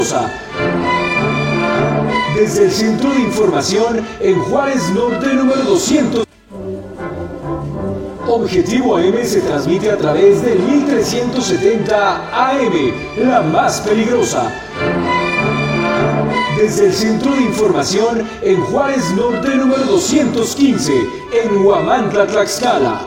Desde el Centro de Información en Juárez Norte número 200. Objetivo AM se transmite a través del 1370 AM, la más peligrosa. Desde el Centro de Información en Juárez Norte número 215, en Huamantla, Tlaxcala.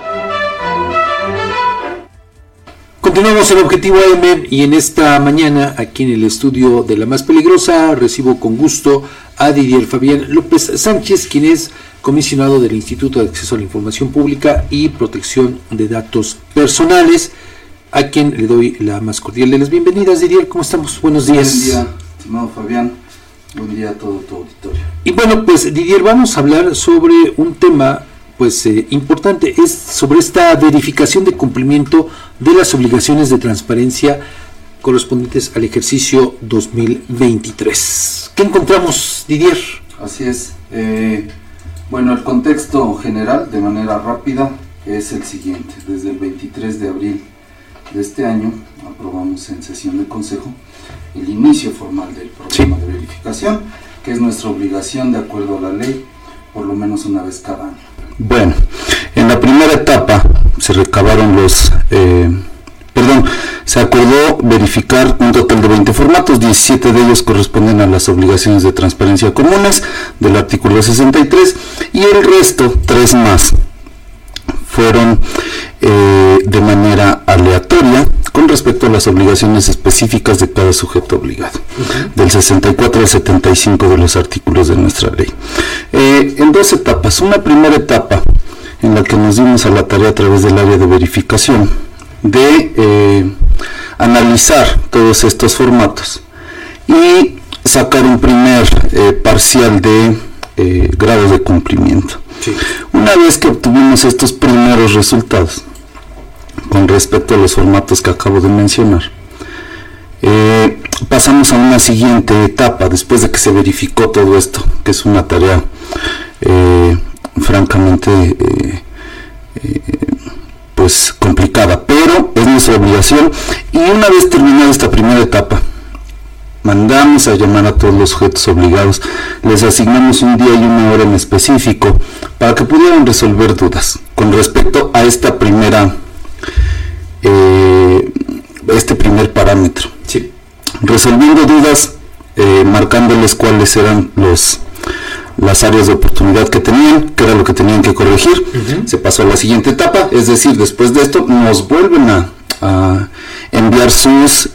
Continuamos en Objetivo AM y en esta mañana, aquí en el estudio de La Más Peligrosa, recibo con gusto a Didier Fabián López Sánchez, quien es comisionado del Instituto de Acceso a la Información Pública y Protección de Datos Personales, a quien le doy la más cordial de las bienvenidas. Didier, ¿cómo estamos? Buenos días. Buen día, estimado Fabián. Buen día a todo tu auditorio. Y bueno, pues Didier, vamos a hablar sobre un tema importante, es sobre esta verificación de cumplimiento de las obligaciones de transparencia correspondientes al ejercicio 2023. ¿Qué encontramos, Didier? Así es. Bueno, el contexto general, de manera rápida, es el siguiente. Desde el 23 de abril de este año, aprobamos en sesión de consejo el inicio formal del programa de verificación, que es nuestra obligación de acuerdo a la ley, por lo menos una vez cada año. Bueno, en la primera etapa se recabaron se acordó verificar un total de 20 formatos, 17 de ellos corresponden a las obligaciones de transparencia comunes del artículo 63 y el resto, 3 más, fueron de manera aleatoria con respecto a las obligaciones específicas de cada sujeto obligado, del 64 al 75 de los artículos de nuestra ley. En 2 etapas, una primera etapa en la que nos dimos a la tarea a través del área de verificación de analizar todos estos formatos y sacar un primer parcial de grado de cumplimiento. Una vez que obtuvimos estos primeros resultados con respecto a los formatos que acabo de mencionar, pasamos a una siguiente etapa después de que se verificó todo esto, que es una tarea francamente complicada, pero es nuestra obligación. Y una vez terminada esta primera etapa, mandamos a llamar a todos los sujetos obligados, les asignamos un día y una hora en específico para que pudieran resolver dudas con respecto a esta primera este primer parámetro, resolviendo dudas, marcándoles cuáles eran las áreas de oportunidad que tenían, qué era lo que tenían que corregir. Se pasó a la siguiente etapa, es decir, después de esto nos vuelven a enviar sus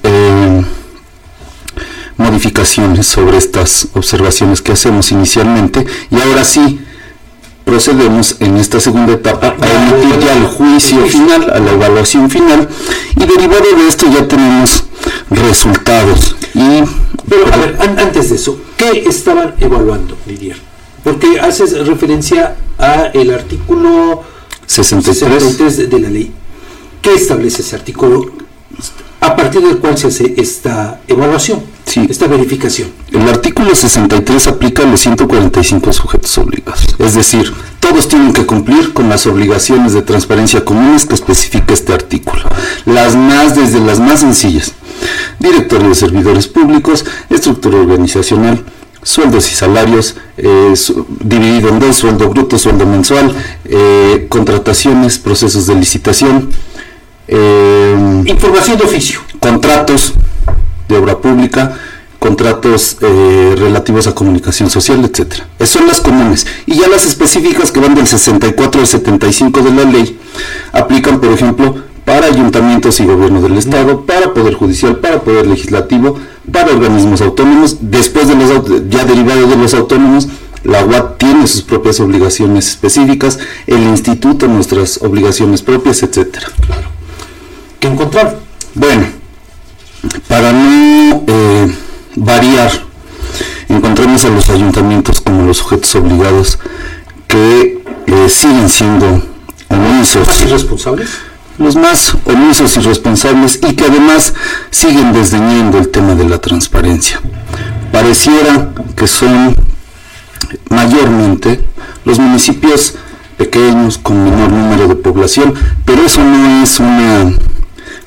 modificaciones sobre estas observaciones que hacemos inicialmente, y ahora sí procedemos en esta segunda etapa a emitir ya el juicio final, a la evaluación final, y derivado de esto ya tenemos resultados. Pero a ver, antes de eso, ¿qué estaban evaluando, Didier? Porque haces referencia a el artículo 63 de la ley. ¿Qué establece ese artículo? ¿A partir del cual se hace esta evaluación, esta verificación? El artículo 63 aplica a los 145 sujetos obligados. Es decir, todos tienen que cumplir con las obligaciones de transparencia comunes que especifica este artículo. Desde las más sencillas: directorio de servidores públicos, estructura organizacional, sueldos y salarios, dividido en 2, sueldo bruto, sueldo mensual, contrataciones, procesos de licitación, información de oficio, contratos de obra pública, contratos relativos a comunicación social, etcétera. Esas son las comunes. Y ya las específicas, que van del 64 al 75 de la ley, aplican, por ejemplo, para ayuntamientos y gobierno del estado, para poder judicial, para poder legislativo, para organismos autónomos. Después de ya derivado de los autónomos, la UAT tiene sus propias obligaciones específicas, el instituto nuestras obligaciones propias, etcétera. Claro. ¿Qué encontraron? Bueno, para no variar, encontramos a los ayuntamientos como los sujetos obligados que siguen siendo omisos. ¿Más irresponsables? Los más omisos y responsables, y que además siguen desdeñando el tema de la transparencia. Pareciera que son mayormente los municipios pequeños con menor número de población, pero eso no es una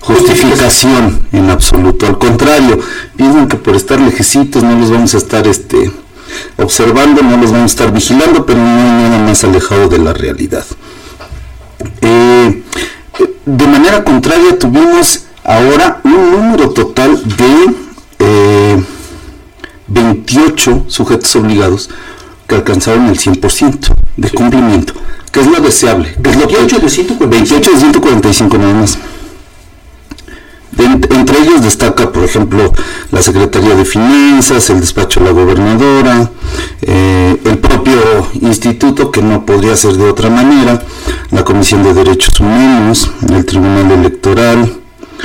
justificación en absoluto. Al contrario, piensan que por estar lejecitos no los vamos a estar observando, no los vamos a estar vigilando, pero no hay nada más alejado de la realidad. De manera contraria, tuvimos ahora un número total de 28 sujetos obligados que alcanzaron el 100% de cumplimiento, que es lo deseable. 28 de 145. 28 de 145 nada más. Entre ellos destaca, por ejemplo, la Secretaría de Finanzas, el despacho de la gobernadora, el propio instituto, que no podría ser de otra manera, la Comisión de Derechos Humanos, el Tribunal Electoral,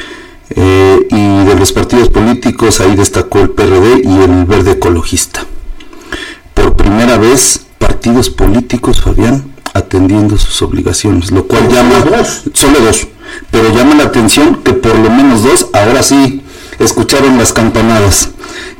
y de los partidos políticos, ahí destacó el PRD y el Verde Ecologista. Por primera vez, partidos políticos, Fabián, atendiendo sus obligaciones, lo cual solo dos, pero llama la atención que por lo menos dos, ahora sí, escucharon las campanadas.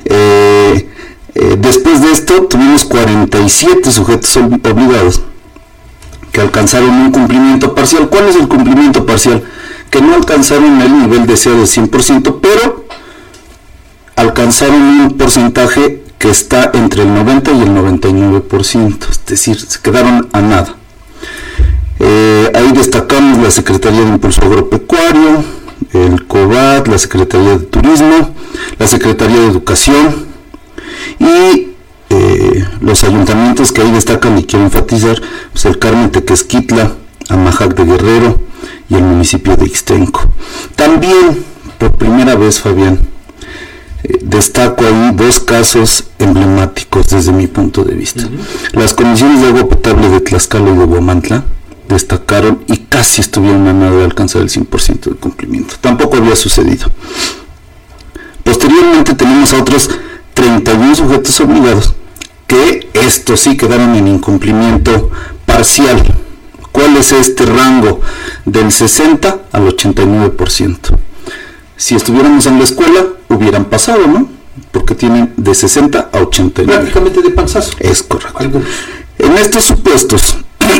Después de esto, tuvimos 47 sujetos obligados que alcanzaron un cumplimiento parcial. ¿Cuál es el cumplimiento parcial? Que no alcanzaron el nivel deseado de 100%, pero alcanzaron un porcentaje que está entre el 90 y el 99%, es decir, se quedaron a nada. Ahí destacamos la Secretaría de Impulso Agropecuario, el COBAT, la Secretaría de Turismo, la Secretaría de Educación y los ayuntamientos que ahí destacan y quiero enfatizar, pues el Carmen Tequesquitla, Amajac de Guerrero y el municipio de Ixtenco. También, por primera vez, Fabián, destaco ahí dos casos emblemáticos desde mi punto de vista. Las comisiones de agua potable de Tlaxcala y de Huamantla destacaron y casi estuvieron a nada de alcanzar el 100% de cumplimiento. Tampoco había sucedido. Posteriormente tenemos a otros 31 sujetos obligados que estos sí quedaron en incumplimiento parcial. ¿Cuál es este rango? Del 60 al 89%. Si estuviéramos en la escuela, hubieran pasado, ¿no? Porque tienen de 60 a 89. Prácticamente de panzazo. Es correcto. Algunos. En estos supuestos,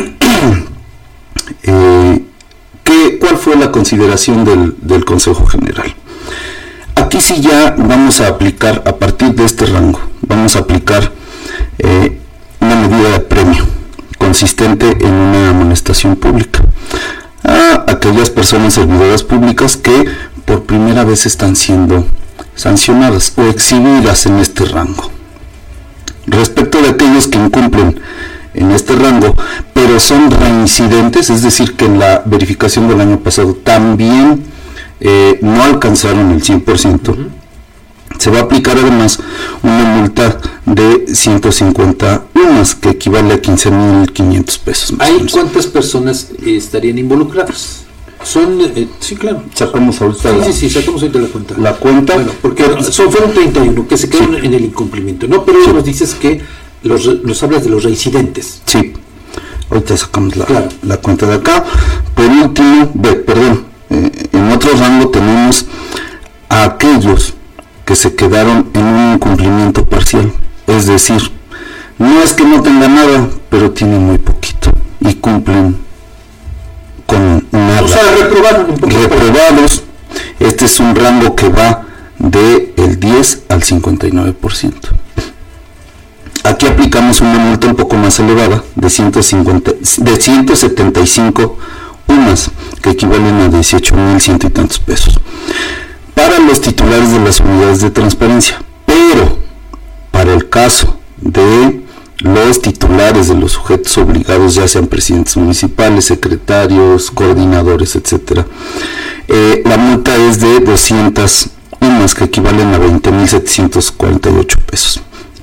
¿cuál fue la consideración del Consejo General? Aquí sí ya vamos a aplicar, a partir de este rango, vamos a aplicar una medida de premio consistente en una amonestación pública a aquellas personas servidoras públicas que por primera vez están siendo sancionadas o exhibidas en este rango. Respecto de aquellos que incumplen en este rango, pero son reincidentes, es decir, que en la verificación del año pasado también no alcanzaron el 100%, se va a aplicar además una multa de 150 UMAS, que equivale a 15,500 pesos. ¿Hay cuántas personas estarían involucradas? Son, sí, claro. Sacamos ahorita sacamos ahorita la cuenta. La cuenta. Bueno, porque fueron 31 que se quedaron en el incumplimiento, ¿no? Pero nos dices que nos hablas de los reincidentes. Sí, ahorita sacamos la cuenta de acá. Por último, en otro rango tenemos a aquellos que se quedaron en un incumplimiento parcial, es decir, no es que no tengan nada, pero tienen muy poquito y cumplen con nada. O sea, reprobados. Este es un rango que va de el 10 al 59%. Aquí aplicamos una multa un poco más elevada de 175 UMAS, que equivalen a 18,100 y tantos pesos, para los titulares de las unidades de transparencia. Pero para el caso de los titulares de los sujetos obligados, ya sean presidentes municipales, secretarios, coordinadores, etcétera, la multa es de 200 UMAS, que equivalen a 20,748 pesos.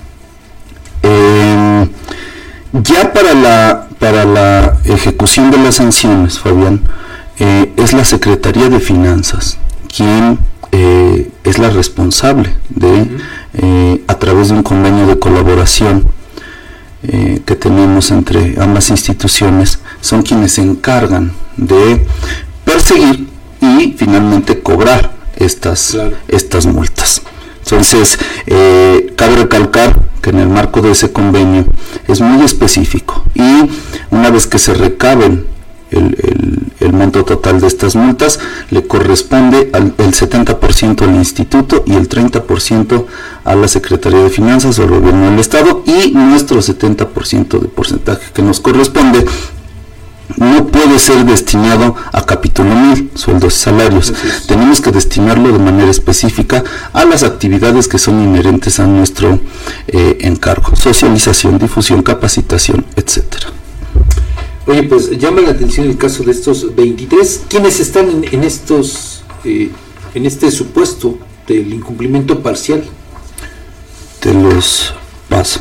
Ya para la ejecución de las sanciones, Fabián, es la Secretaría de Finanzas quien es la responsable de, a través de un convenio de colaboración que tenemos entre ambas instituciones, son quienes se encargan de perseguir y finalmente cobrar estas multas. Entonces, cabe recalcar que en el marco de ese convenio es muy específico, y una vez que se recaben el monto total de estas multas le corresponde el 70% al instituto y el 30% a la Secretaría de Finanzas o al gobierno del estado, y nuestro 70% de porcentaje que nos corresponde no puede ser destinado a capítulo 1000, sueldos y salarios. Tenemos que destinarlo de manera específica a las actividades que son inherentes a nuestro encargo: socialización, difusión, capacitación, etcétera. Oye, pues llama la atención el caso de estos 23. ¿Quiénes están en este supuesto del incumplimiento parcial? Te los paso.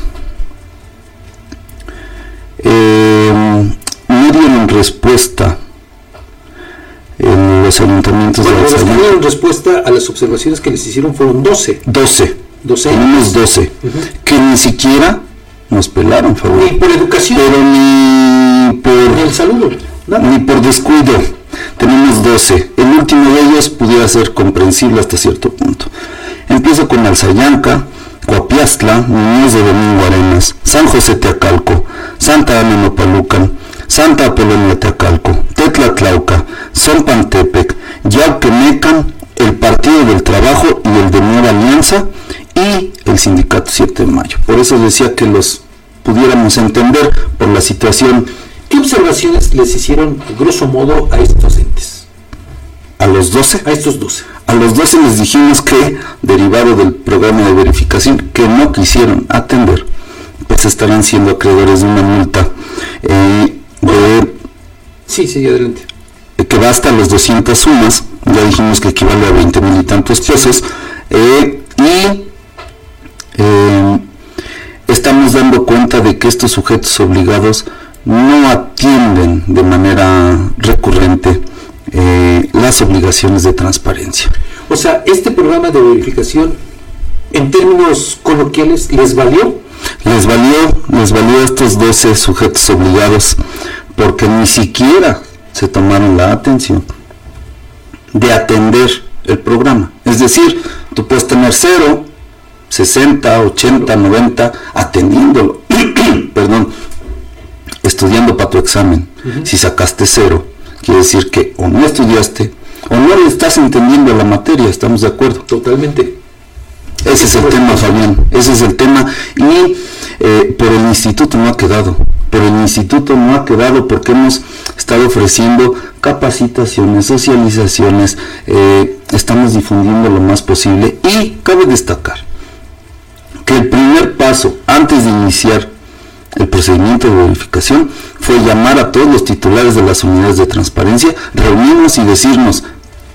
No dieron respuesta en los ayuntamientos de la ciudad. No dieron respuesta a las observaciones que les hicieron, fueron 12. Tenemos 12, que ni siquiera nos pelaron, favor. Ni por educación. Pero ni por el saludo. Nada. Ni por descuido. Tenemos 12. El último de ellos pudiera ser comprensible hasta cierto punto. Empiezo con Alzayanca, Coapiastla, Muñoz de Domingo Arenas, San José Teacalco, Santa Ana Nopalucan, Santa Apolonia Teacalco, Tetlatlauca, Zompantepec, Yauquemecan, el Partido del Trabajo y el de Nueva Alianza y el Sindicato 7 de Mayo. Por eso decía que los pudiéramos entender por la situación. ¿Qué observaciones les hicieron, grosso modo, a estos entes? ¿A los 12? A estos 12. A los 12 les dijimos que, derivado del programa de verificación que no quisieron atender, pues estarán siendo acreedores de una multa sí, adelante. Que va hasta los 200 sumas, ya dijimos que equivale a 20,000 y tantos pesos, estamos dando cuenta de que estos sujetos obligados no atienden de manera recurrente las obligaciones de transparencia. O sea, este programa de verificación, en términos coloquiales, ¿les valió? Les valió a estos 12 sujetos obligados, porque ni siquiera se tomaron la atención de atender el programa. Es decir, tú puedes tener 0, 60, 80, 90 atendiéndolo, perdón, estudiando para tu examen. Si sacaste 0, quiere decir que o no estudiaste o no le estás entendiendo la materia. ¿Estamos de acuerdo? Totalmente. Ese es el tema, Fabián, ese es el tema. Y por el instituto no ha quedado. Porque hemos estado ofreciendo capacitaciones, socializaciones, estamos difundiendo lo más posible. Y cabe destacar que el primer paso antes de iniciar el procedimiento de verificación fue llamar a todos los titulares de las unidades de transparencia, reunirnos y decirnos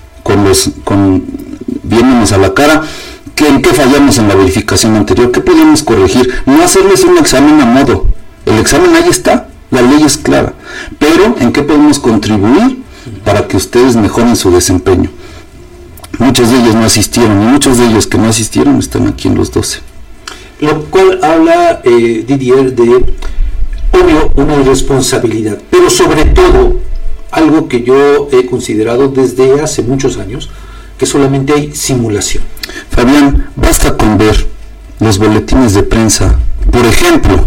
viéndonos a la cara en qué fallamos en la verificación anterior, qué podemos corregir, no hacerles un examen a modo. El examen ahí está, la ley es clara, pero en qué podemos contribuir para que ustedes mejoren su desempeño. Muchos de ellos no asistieron, y muchos de ellos que no asistieron están aquí en los 12. Lo cual habla, Didier, de obvio una irresponsabilidad, pero sobre todo algo que yo he considerado desde hace muchos años, que solamente hay simulación. Fabián, basta con ver los boletines de prensa, por ejemplo,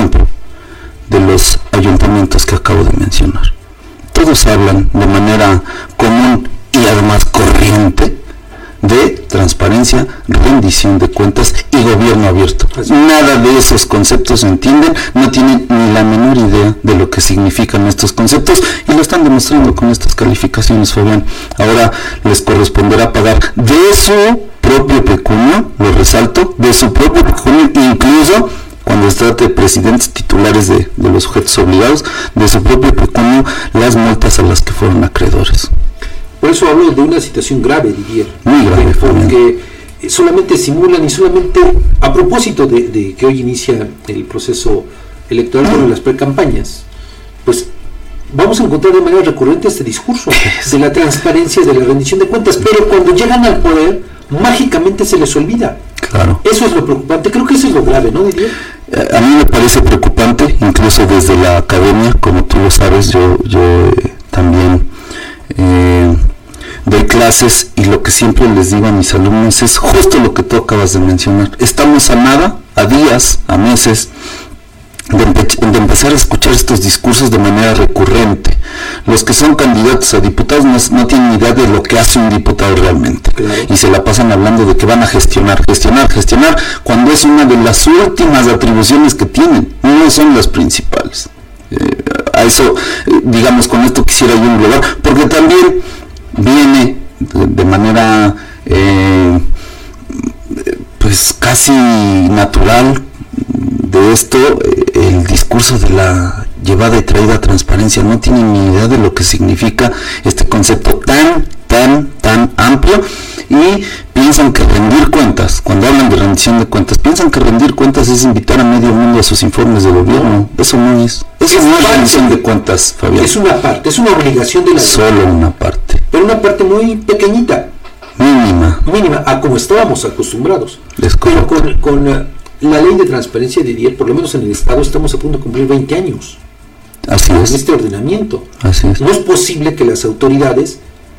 de los ayuntamientos que acabo de mencionar. Todos hablan de manera común y además corriente de transparencia, rendición de cuentas y gobierno abierto. Nada de esos conceptos se entienden, no tienen ni la menor idea de lo que significan estos conceptos y lo están demostrando con estas calificaciones, Fabián. Ahora les corresponderá pagar de su propio pecunio, lo resalto, de su propio pecunio, incluso cuando se trate de presidentes titulares de los sujetos obligados, de su propio pecunio, las multas a las que fueron acreedores. Por eso hablo de una situación grave, Didier. Muy grave, porque solamente simulan y solamente, a propósito de que hoy inicia el proceso electoral con las precampañas, pues vamos a encontrar de manera recurrente este discurso de la transparencia, de la rendición de cuentas, pero cuando llegan al poder, mágicamente se les olvida. Claro. Eso es lo preocupante, creo que eso es lo grave, ¿no, Didier? A mí me parece preocupante, incluso desde la academia, como tú lo sabes, yo también doy clases y lo que siempre les digo a mis alumnos es justo lo que tú acabas de mencionar. Estamos a nada, a días, a meses de de empezar a escuchar estos discursos de manera recurrente. Los que son candidatos a diputados no tienen idea de lo que hace un diputado realmente. Claro. Y se la pasan hablando de que van a gestionar, cuando es una de las últimas atribuciones que tienen, no son las principales. A eso, digamos, con esto quisiera yo englobar, porque también viene de manera pues casi natural de esto el discurso de la llevada y traída transparencia. No tienen ni idea de lo que significa este concepto tan amplio, y piensan que rendir cuentas, cuando hablan de rendición de cuentas, piensan que rendir cuentas es invitar a medio mundo a sus informes de gobierno. Eso no es rendición de cuentas, Fabián. Es una parte, es una obligación de la solo una parte, pero una parte muy pequeñita, mínima, a como estábamos acostumbrados. Pero con la ley de transparencia, Didier, por lo menos en el Estado, estamos a punto de cumplir 20 años. Así es. En este ordenamiento. Así es. No es posible que las autoridades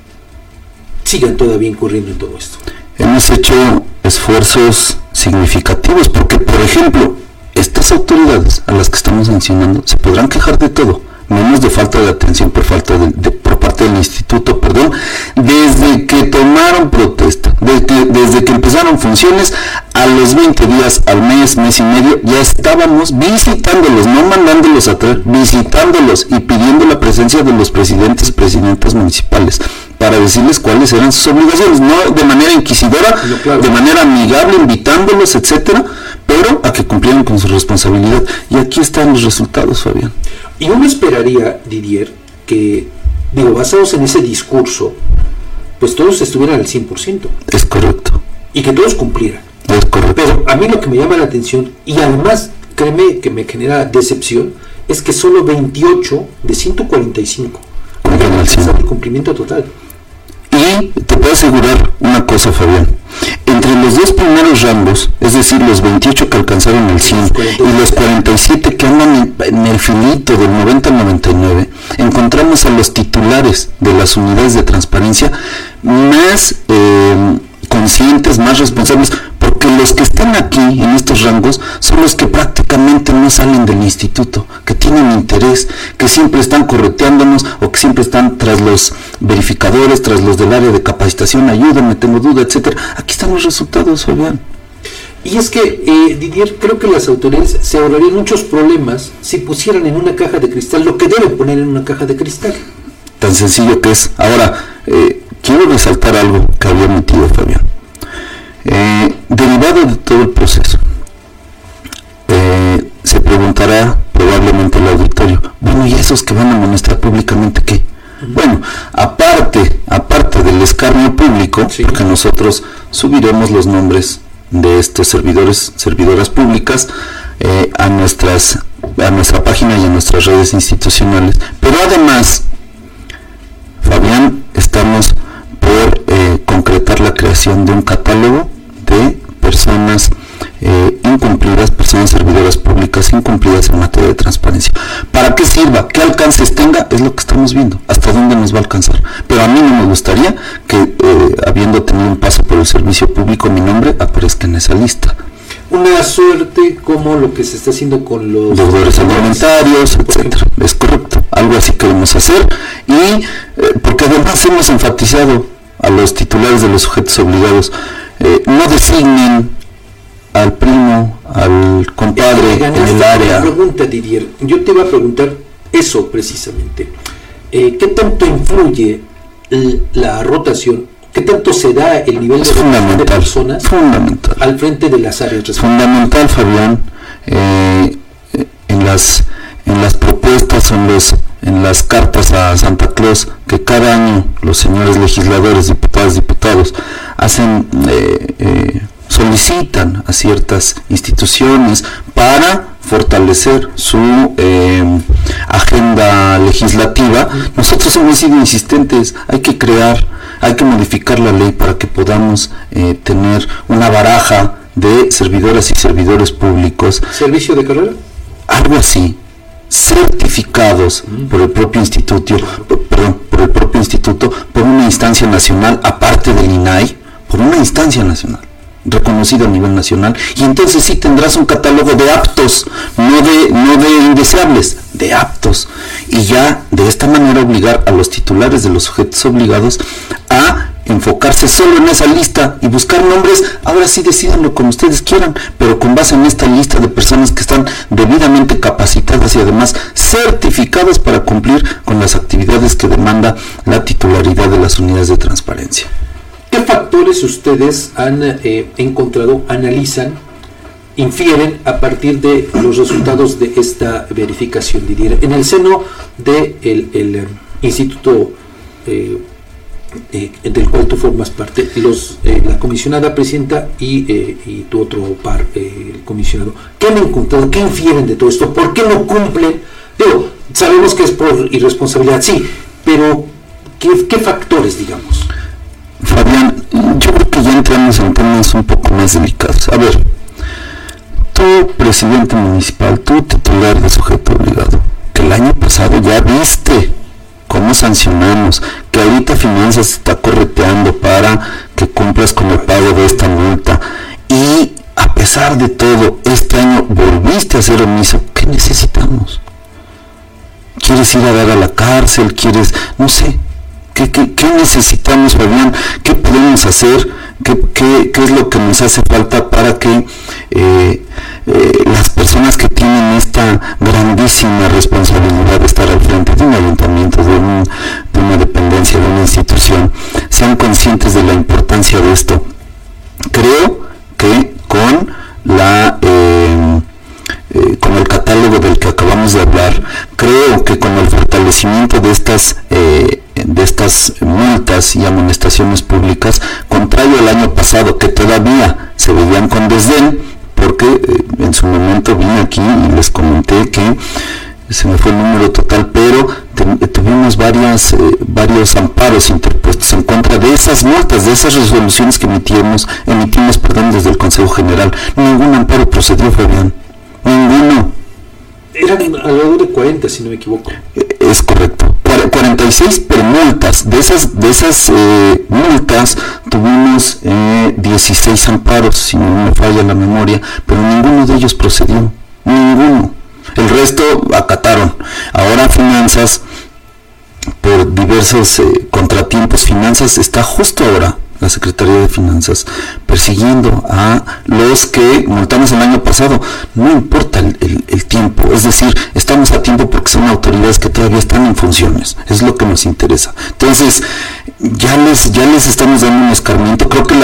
sigan todavía incurriendo en todo esto. Hemos hecho esfuerzos significativos porque, por ejemplo, estas autoridades a las que estamos mencionando se podrán quejar de todo, menos de falta de atención por parte del instituto, desde que tomaron protesta, desde que empezaron funciones, a los 20 días, al mes y medio, ya estábamos visitándolos, no mandándolos a traer, visitándolos y pidiendo la presencia de los presidentes y presidentas municipales para decirles cuáles eran sus obligaciones, no de manera inquisidora, de manera amigable, invitándolos, etcétera, pero a que cumplieran con su responsabilidad. Y aquí están los resultados, Fabián. Y uno esperaría, Didier, que, basados en ese discurso, pues todos estuvieran al 100%. Es correcto. Y que todos cumplieran. Es correcto. Pero a mí lo que me llama la atención, y además, créeme que me genera decepción, es que solo 28 de 145 alcanzan el cumplimiento total. Y te puedo asegurar una cosa, Fabián. Entre los dos primeros rangos, es decir, los 28 que alcanzaron el 100 y los 47 que andan en el finito del 90-99, encontramos a los titulares de las unidades de transparencia más conscientes, más responsables, porque los que están aquí en estos rangos son los que prácticamente no salen del instituto, que tienen interés, que siempre están correteándonos o que siempre están tras los verificadores, tras los del área de capacitación, ayúdame, tengo duda, etcétera. Aquí están los resultados, Fabián. Y es que, Didier, creo que las autoridades se ahorrarían muchos problemas si pusieran en una caja de cristal lo que deben poner en una caja de cristal. Tan sencillo que es. Ahora, quiero resaltar algo que había metido Fabián. Derivado de todo el proceso, se preguntará probablemente el auditorio, bueno, ¿y esos que van a amonestar públicamente qué? Bueno, aparte del escarnio público, sí, porque nosotros subiremos los nombres de estos servidoras públicas a nuestra página y a nuestras redes institucionales, pero además, Fabián, estamos por concretar la creación de un catálogo de personas incumplidas, personas servidoras públicas incumplidas en materia de transparencia. ¿Para qué sirva? ¿Qué alcances tenga? Es lo que estamos viendo. ¿Hasta dónde nos va a alcanzar? Pero a mí no me gustaría que, habiendo tenido un paso por el servicio público, mi nombre aparezca en esa lista. Una suerte como lo que se está haciendo con los deudores alimentarios, etcétera. Es correcto. Algo así queremos hacer, y porque además hemos enfatizado a los titulares de los sujetos obligados, no designen al primo, al compadre en el área. Pregunta, Didier, yo te iba a preguntar eso precisamente. ¿Qué tanto influye la rotación? ¿Qué tanto se da el nivel de rotación de personas al frente de las áreas respectivas? Fundamental, Fabián. En las propuestas, en las cartas a Santa Claus que cada año los señores legisladores, diputados hacen, solicitan a ciertas instituciones para fortalecer su agenda legislativa. Nosotros hemos sido insistentes, hay que modificar la ley para que podamos tener una baraja de servidoras y servidores públicos. ¿Servicio de carrera? Algo así, certificados por el propio instituto, por una instancia nacional, aparte del INAI, por una instancia nacional. reconocido a nivel nacional, y entonces sí tendrás un catálogo de aptos, no de indeseables, de aptos, y ya de esta manera obligar a los titulares de los sujetos obligados a enfocarse solo en esa lista y buscar nombres. Ahora sí decídanlo como ustedes quieran, pero con base en esta lista de personas que están debidamente capacitadas y además certificadas para cumplir con las actividades que demanda la titularidad de las unidades de transparencia. ¿Qué factores ustedes han encontrado, analizan, infieren a partir de los resultados de esta verificación, Didier? En el seno del instituto del cual tú formas parte, la comisionada presidenta y tu otro par, el comisionado, ¿qué han encontrado? ¿Qué infieren de todo esto? ¿Por qué no cumplen? Digo, sabemos que es por irresponsabilidad, sí, pero ¿qué factores, digamos? Fabián, yo creo que ya entramos en temas un poco más delicados. A ver, tú, presidente municipal, tú, titular de sujeto obligado, que el año pasado ya viste cómo sancionamos, que ahorita Finanzas está correteando para que cumplas con el pago de esta multa, y a pesar de todo, este año volviste a ser omiso. ¿Qué necesitamos? ¿Quieres ir a dar a la cárcel? ¿Quieres, no sé? ¿Qué necesitamos, Fabián? ¿Qué podemos hacer? ¿Qué es lo que nos hace falta para que las personas que tienen esta grandísima responsabilidad de estar al frente de un ayuntamiento, de una dependencia, de una institución, sean conscientes de la importancia de esto? Creo que con el catálogo del que acabamos de hablar, creo que con el fortalecimiento de estas multas y amonestaciones públicas, contrario al año pasado, que todavía se veían con desdén, porque en su momento vine aquí y les comenté que se me fue el número total, pero tuvimos varios amparos interpuestos en contra de esas multas, de esas resoluciones que emitimos desde el Consejo General. Ningún amparo procedió, Fabián. Ninguno. Eran alrededor de 40, si no me equivoco. Es correcto. 46 permultas. De esas multas tuvimos 16 amparos, si no me falla la memoria, pero ninguno de ellos procedió. Ninguno. El resto acataron. Ahora Finanzas, por diversos contratiempos, Finanzas está justo ahora, la Secretaría de Finanzas, persiguiendo a los que multamos el año pasado. No importa el tiempo, es decir, estamos a tiempo porque son autoridades que todavía están en funciones, es lo que nos interesa. Entonces, ya les estamos dando un escarmiento. Creo que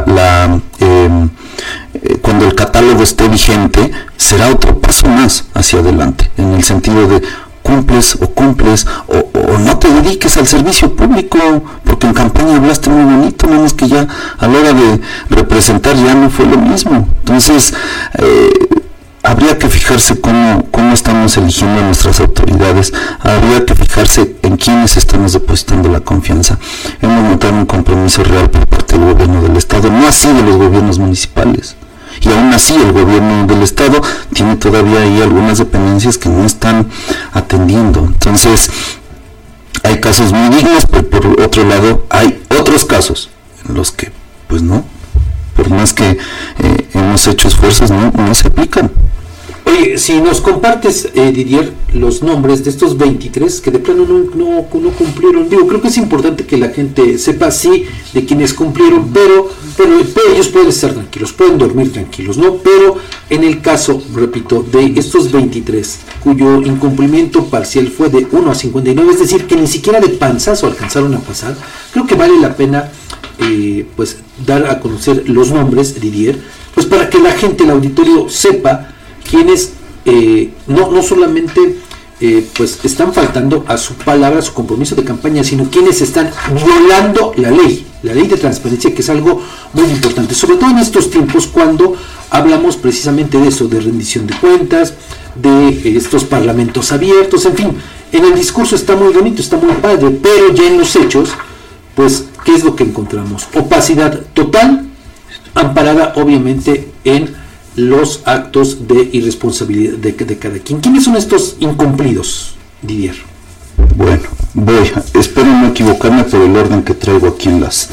cuando el catálogo esté vigente, será otro paso más hacia adelante, en el sentido de cumples o no te dediques al servicio público, porque en campaña hablaste muy bonito, menos que ya a la hora de representar ya no fue lo mismo. Entonces habría que fijarse cómo estamos eligiendo a nuestras autoridades, habría que fijarse en quiénes estamos depositando la confianza. Hemos notado un compromiso real por parte del gobierno del estado, no así de los gobiernos municipales. Y aún así el gobierno del estado tiene todavía ahí algunas dependencias que no están atendiendo. Entonces hay casos muy dignos, pero por otro lado hay otros casos en los que pues no, por más que hemos hecho esfuerzos, no se aplican. Oye, si nos compartes, Didier, los nombres de estos 23 que de plano no cumplieron, creo que es importante que la gente sepa, sí, de quienes cumplieron, pero ellos pueden estar tranquilos, pueden dormir tranquilos, ¿no? Pero en el caso, repito, de estos 23, cuyo incumplimiento parcial fue de 1 a 59, es decir, que ni siquiera de panzazo alcanzaron a pasar, creo que vale la pena pues dar a conocer los nombres, Didier, pues para que la gente, el auditorio, sepa quienes no solamente pues están faltando a su palabra, a su compromiso de campaña, sino quienes están violando la ley de transparencia, que es algo muy importante, sobre todo en estos tiempos cuando hablamos precisamente de eso, de rendición de cuentas, de estos parlamentos abiertos, en fin, en el discurso está muy bonito, está muy padre, pero ya en los hechos, pues, ¿qué es lo que encontramos? Opacidad total, amparada obviamente en los actos de irresponsabilidad de cada quien. ¿Quiénes son estos incumplidos, Didier? Bueno, espero no equivocarme por el orden que traigo aquí en las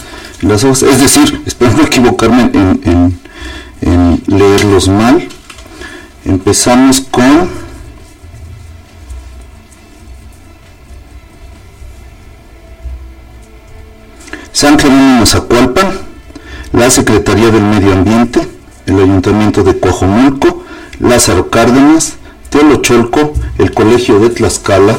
las hojas, es decir, espero no equivocarme en leerlos mal. Empezamos con San Jerónimo Zacualpan, la Secretaría del Medio Ambiente, el Ayuntamiento de Coajomulco, Lázaro Cárdenas, Teolocholco, el Colegio de Tlaxcala,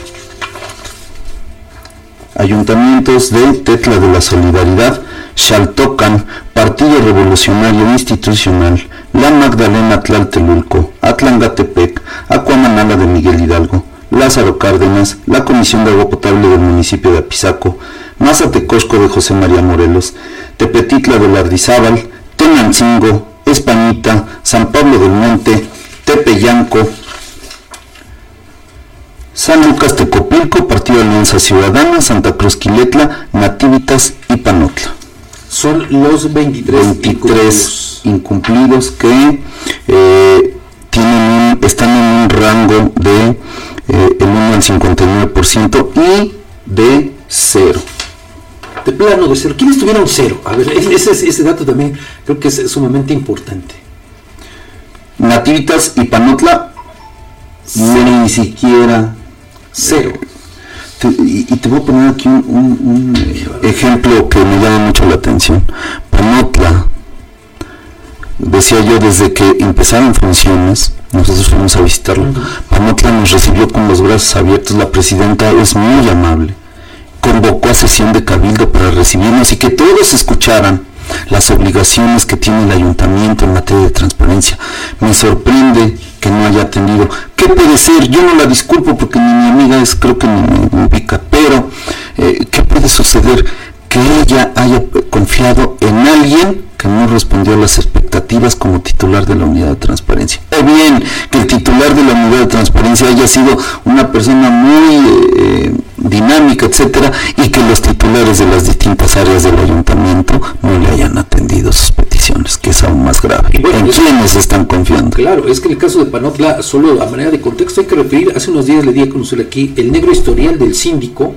Ayuntamientos de Tetla de la Solidaridad, Xaltocan, Partido Revolucionario Institucional, La Magdalena Tlaltelulco, Atlangatepec, Acuamanala de Miguel Hidalgo, Lázaro Cárdenas, la Comisión de Agua Potable del municipio de Apizaco, Mazatecosco de José María Morelos, Tepetitla de Lardizábal, Tenancingo, Españita, San Pablo del Monte, Tepeyanco, San Lucas Tecopilco, Partido Alianza Ciudadana, Santa Cruz Quiletla, Nativitas y Panotla. Son los 23 incumplidos que están en un rango de el 1 al 59% y de 0. De plano de 0. ¿Quiénes tuvieron 0? A ver, ese dato también creo que es sumamente importante. Nativitas y Panotla, ni siquiera 0. Y te voy a poner aquí un ejemplo que me llama mucho la atención. Panotla, decía yo, desde que empezaron funciones, nosotros fuimos a visitarlo. Panotla nos recibió con los brazos abiertos. La presidenta es muy amable, convocó a sesión de cabildo para recibirnos y que todos escucharan las obligaciones que tiene el ayuntamiento en materia de transparencia. Me sorprende que no haya atendido. ¿Qué puede ser? Yo no la disculpo porque ni mi amiga es, creo que ni me ubica, pero ¿qué puede suceder? Que ella haya confiado en alguien que no respondió a las expectativas como titular de la unidad de transparencia. O bien, que el titular de la unidad de transparencia haya sido una persona muy dinámica, etcétera, y que los titulares de las distintas áreas del ayuntamiento no le hayan atendido sus peticiones, que es aún más grave. Y bueno, ¿en quiénes están confiando? Claro, es que en el caso de Panotla, solo a manera de contexto hay que referir, hace unos días le di a conocer aquí el negro historial del síndico,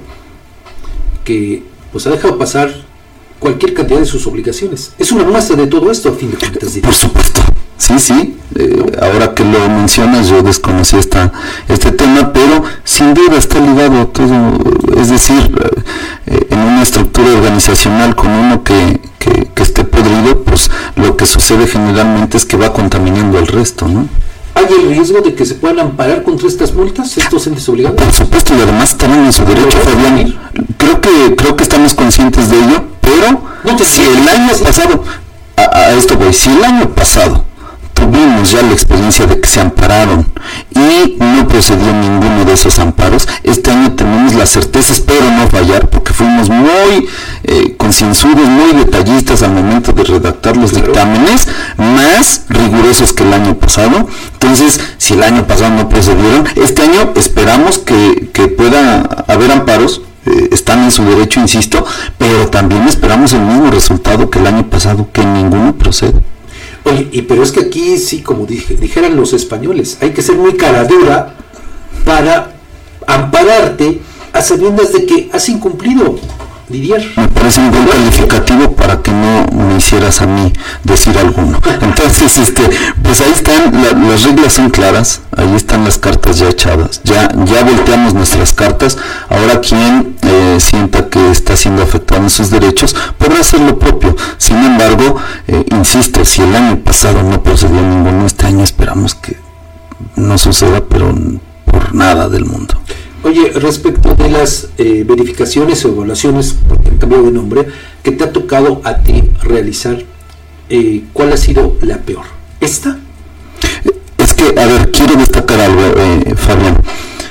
que pues ha dejado pasar cualquier cantidad de sus obligaciones. Es una muestra de todo esto, a fin de cuentas. Por supuesto, sí. Ahora que lo mencionas, yo desconocí este tema, pero sin duda está ligado todo, es decir, en una estructura organizacional con uno que esté podrido, pues lo que sucede generalmente es que va contaminando al resto, ¿no? ¿Hay el riesgo de que se puedan amparar contra estas multas, estos entes obligados? Por supuesto, y además están en su derecho, Fabián. Creo que estamos conscientes de ello, pero si el año pasado, a esto voy, si el año pasado tuvimos ya la experiencia de que se ampararon y no procedió ninguno de esos amparos, este año tenemos la certeza, espero no fallar, porque fuimos muy concienzudos, muy detallistas al momento de redactar los dictámenes, más rigurosos que el año pasado. Entonces, si el año pasado no procedieron, este año esperamos que pueda haber amparos. Están en su derecho, insisto, pero también esperamos el mismo resultado que el año pasado, que ninguno procede. Oye, pero es que aquí sí, como dijeran los españoles, hay que ser muy cara dura para ampararte a sabiendas de que has incumplido, Didier. Me parece un buen calificativo para que no me hicieras a mí decir alguno. Entonces, pues ahí están, las reglas son claras, ahí están las cartas ya echadas, ya volteamos nuestras cartas. Ahora quien sienta que está siendo afectado en sus derechos podrá hacer lo propio. Sin embargo, insisto, si el año pasado no procedió ninguno, este año esperamos que no suceda, pero por nada del mundo. Oye, respecto de las verificaciones o evaluaciones, porque han cambiado de nombre, que te ha tocado a ti realizar, ¿cuál ha sido la peor? ¿Esta? Es que, a ver, quiero destacar algo, Fabián.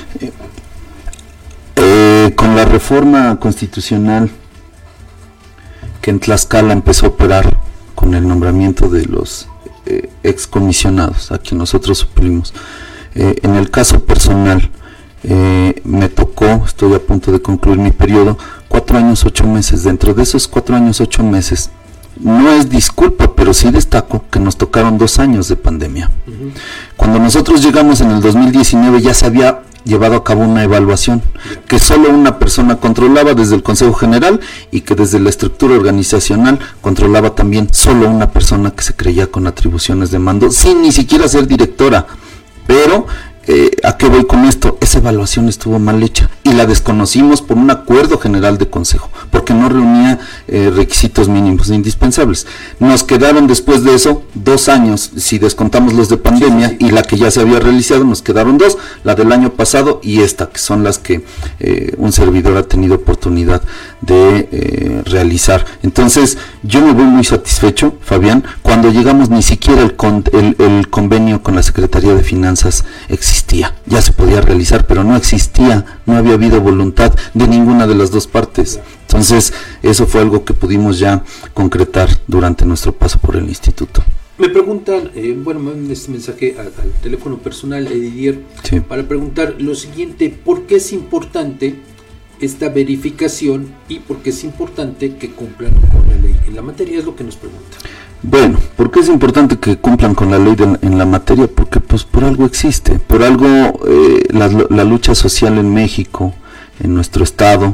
Con la reforma constitucional que en Tlaxcala empezó a operar con el nombramiento de los excomisionados, a quien nosotros suplimos, en el caso personal, me tocó, estoy a punto de concluir mi periodo, 4 años 8 meses. Dentro de esos 4 años 8 meses, no es disculpa, pero sí destaco que nos tocaron 2 años de pandemia. Cuando nosotros llegamos en el 2019 ya se había llevado a cabo una evaluación que solo una persona controlaba desde el Consejo General y que desde la estructura organizacional controlaba también solo una persona que se creía con atribuciones de mando sin ni siquiera ser directora. Pero ¿a qué voy con esto? Esa evaluación estuvo mal hecha y la desconocimos por un acuerdo general de consejo, porque no reunía requisitos mínimos e indispensables. Nos quedaron después de eso 2 años, si descontamos los de pandemia, y la que ya se había realizado, nos quedaron 2, la del año pasado y esta, que son las que un servidor ha tenido oportunidad de realizar. Entonces, yo me voy muy satisfecho, Fabián. Cuando llegamos ni siquiera el convenio con la Secretaría de Finanzas existía. Ya se podía realizar, pero no existía, no había habido voluntad de ninguna de las dos partes. Entonces, eso fue algo que pudimos ya concretar durante nuestro paso por el instituto. Me preguntan, bueno, me mandan este mensaje al teléfono personal de Didier, sí, para preguntar lo siguiente: ¿por qué es importante esta verificación y por qué es importante que cumplan con la ley en la materia? Es lo que nos preguntan. Bueno, ¿por qué es importante que cumplan con la ley en la materia? Porque pues por algo existe, por algo la lucha social en México, en nuestro estado,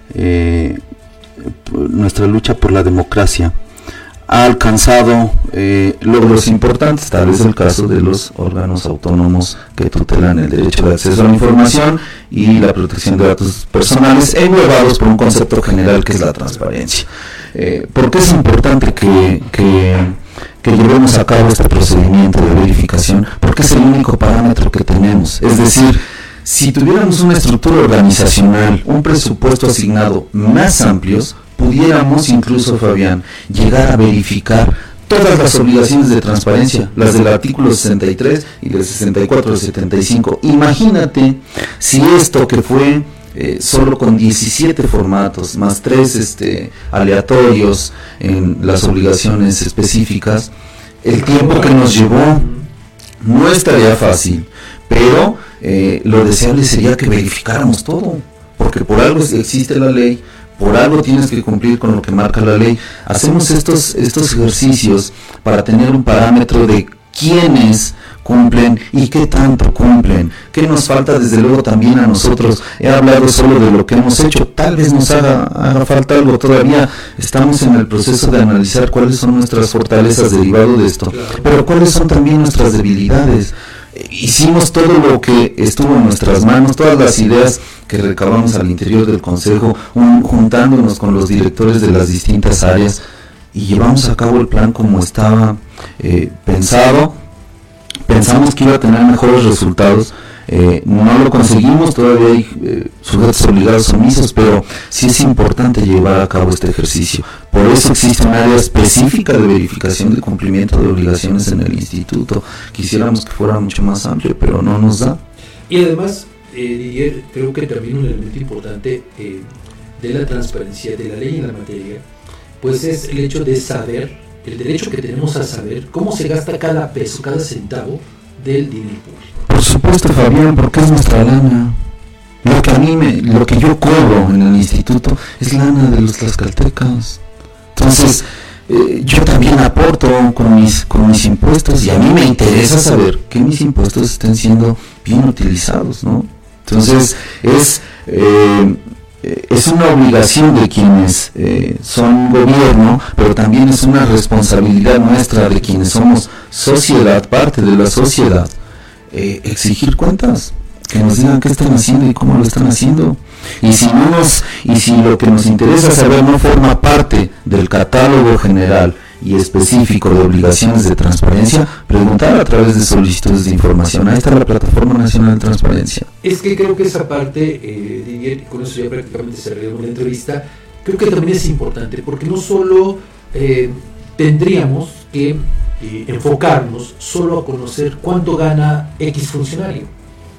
nuestra lucha por la democracia ha alcanzado logros importantes, tal es el caso de los órganos autónomos que tutelan el derecho de acceso a la información y la protección de datos personales, englobados por un concepto general que es la transparencia. ¿Por qué es importante que llevemos a cabo este procedimiento de verificación? Porque es el único parámetro que tenemos. Es decir, si tuviéramos una estructura organizacional, un presupuesto asignado más amplios, pudiéramos incluso, Fabián, llegar a verificar todas las obligaciones de transparencia, las del artículo 63 y del 64 al 75. Imagínate si esto que fue solo con 17 formatos, más 3 aleatorios en las obligaciones específicas, el tiempo que nos llevó no es tarea fácil, pero lo deseable sería que verificáramos todo, porque por algo existe la ley, por algo tienes que cumplir con lo que marca la ley. Hacemos estos ejercicios para tener un parámetro de quiénes cumplen y qué tanto cumplen, qué nos falta desde luego también a nosotros. He hablado solo de lo que hemos hecho, tal vez nos haga falta algo todavía. Estamos en el proceso de analizar cuáles son nuestras fortalezas derivado de esto, pero cuáles son también nuestras debilidades. Hicimos todo lo que estuvo en nuestras manos, todas las ideas que recabamos al interior del consejo, juntándonos con los directores de las distintas áreas, y llevamos a cabo el plan como estaba pensado. Pensamos que iba a tener mejores resultados, no lo conseguimos, todavía hay sujetos obligados omisos, pero sí es importante llevar a cabo este ejercicio. Por eso existe un área específica de verificación de cumplimiento de obligaciones en el instituto. Quisiéramos que fuera mucho más amplio, pero no nos da. Y además, Didier, creo que también un elemento importante de la transparencia de la ley en la materia, pues es el hecho de saber, el derecho que tenemos a saber cómo se gasta cada peso, cada centavo del dinero público. Por supuesto, Fabián, porque es nuestra lana. Lo que yo cobro en el instituto es lana de los tlaxcaltecas. Entonces, yo también aporto con mis impuestos, y a mí me interesa saber que mis impuestos estén siendo bien utilizados, ¿no? Entonces, es una obligación de quienes son gobierno, pero también es una responsabilidad nuestra de quienes somos sociedad, parte de la sociedad, exigir cuentas, que nos digan qué están haciendo y cómo lo están haciendo. Y si lo que nos interesa saber no forma parte del catálogo general y específico de obligaciones de transparencia, preguntar a través de solicitudes de información. Ahí está la Plataforma Nacional de Transparencia. Es que creo que esa parte, Didier, y con eso ya prácticamente cerramos la entrevista, creo que también es importante, porque no solo tendríamos que enfocarnos solo a conocer cuánto gana X funcionario.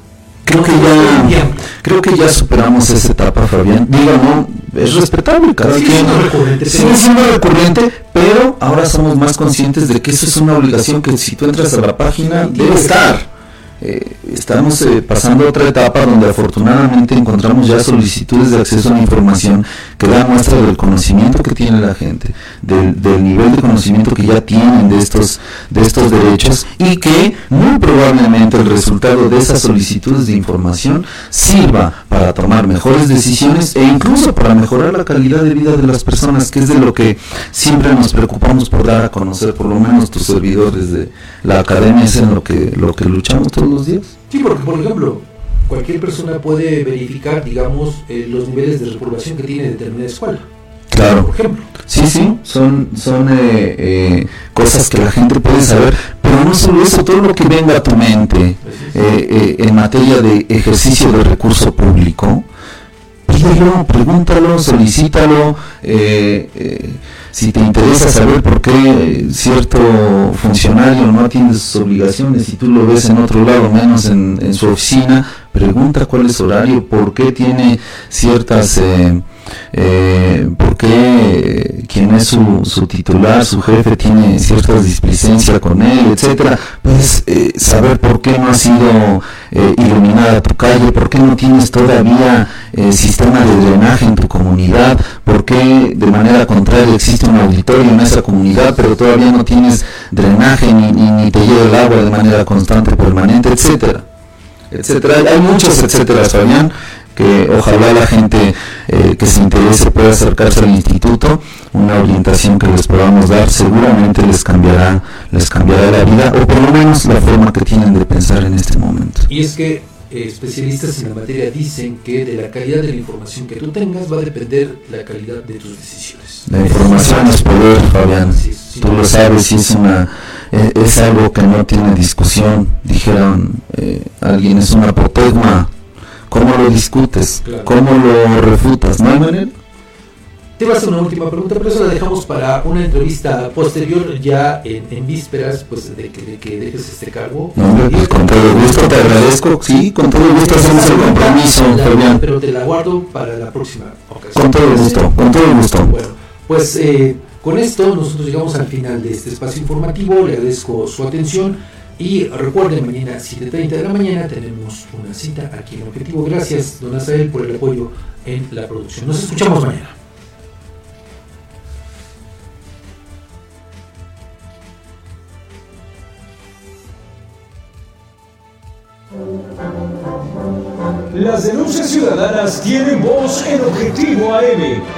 Creo que ya superamos esa etapa, Fabián. Digo, no, es respetable, cada quien sigue siendo recurrente, pero ahora somos más conscientes de que eso es una obligación que si tú entras a la página debe estar. estamos pasando a otra etapa donde afortunadamente encontramos ya solicitudes de acceso a la información que dan muestra del conocimiento que tiene la gente, del nivel de conocimiento que ya tienen de estos derechos, y que muy probablemente el resultado de esas solicitudes de información sirva para tomar mejores decisiones e incluso para mejorar la calidad de vida de las personas, que es de lo que siempre nos preocupamos por dar a conocer, por lo menos tus servidores de la academia, es en lo que luchamos todos los días. Sí, porque por ejemplo, cualquier persona puede verificar, digamos, los niveles de reprobación que tiene determinada escuela. Claro, por ejemplo. Sí, son cosas que la gente puede saber, pero no solo eso, todo lo que venga a tu mente en materia de ejercicio de recurso público, pídelo, pregúntalo, solicítalo. Si te interesa saber por qué cierto funcionario no atiende sus obligaciones y tú lo ves en otro lado, menos en su oficina, pregunta cuál es su horario, por qué tiene ciertas... por qué quien es su titular, su jefe, tiene cierta displicencia con él, etcétera. Puedes saber por qué no ha sido iluminada tu calle, por qué no tienes todavía sistema de drenaje en tu comunidad, por qué de manera contraria existe un auditorio en esa comunidad pero todavía no tienes drenaje ni te llega el agua de manera constante, permanente, etcétera, etcétera. Hay muchos etcétera, Fabián, que ojalá la gente que se interese pueda acercarse al instituto. Una orientación que les podamos dar seguramente les cambiará la vida, o por lo menos la forma que tienen de pensar en este momento. Y es que especialistas en la materia dicen que de la calidad de la información que tú tengas va a depender la calidad de tus decisiones. La información es poder, Fabián. Sí, tú lo sabes, y es algo que no tiene discusión. Dijeron alguien, es un apotegma. ¿Cómo lo discutes? Claro. ¿Cómo lo refutas? ¿No hay manera? Te voy a hacer una última pregunta, pero eso la dejamos para una entrevista posterior, ya en vísperas pues de que dejes este cargo. No, pues con todo gusto, te agradezco. Sí, con todo gusto hacemos el compromiso, Fabián. Pero te la guardo para la próxima ocasión. Con todo gusto, con todo gusto. Bueno, pues con esto nosotros llegamos al final de este espacio informativo. Le agradezco su atención. Y recuerden, mañana a 7:30 de la mañana tenemos una cita aquí en Objetivo. Gracias, don Azael, por el apoyo en la producción. Nos escuchamos mañana. Las denuncias ciudadanas tienen voz en Objetivo AM.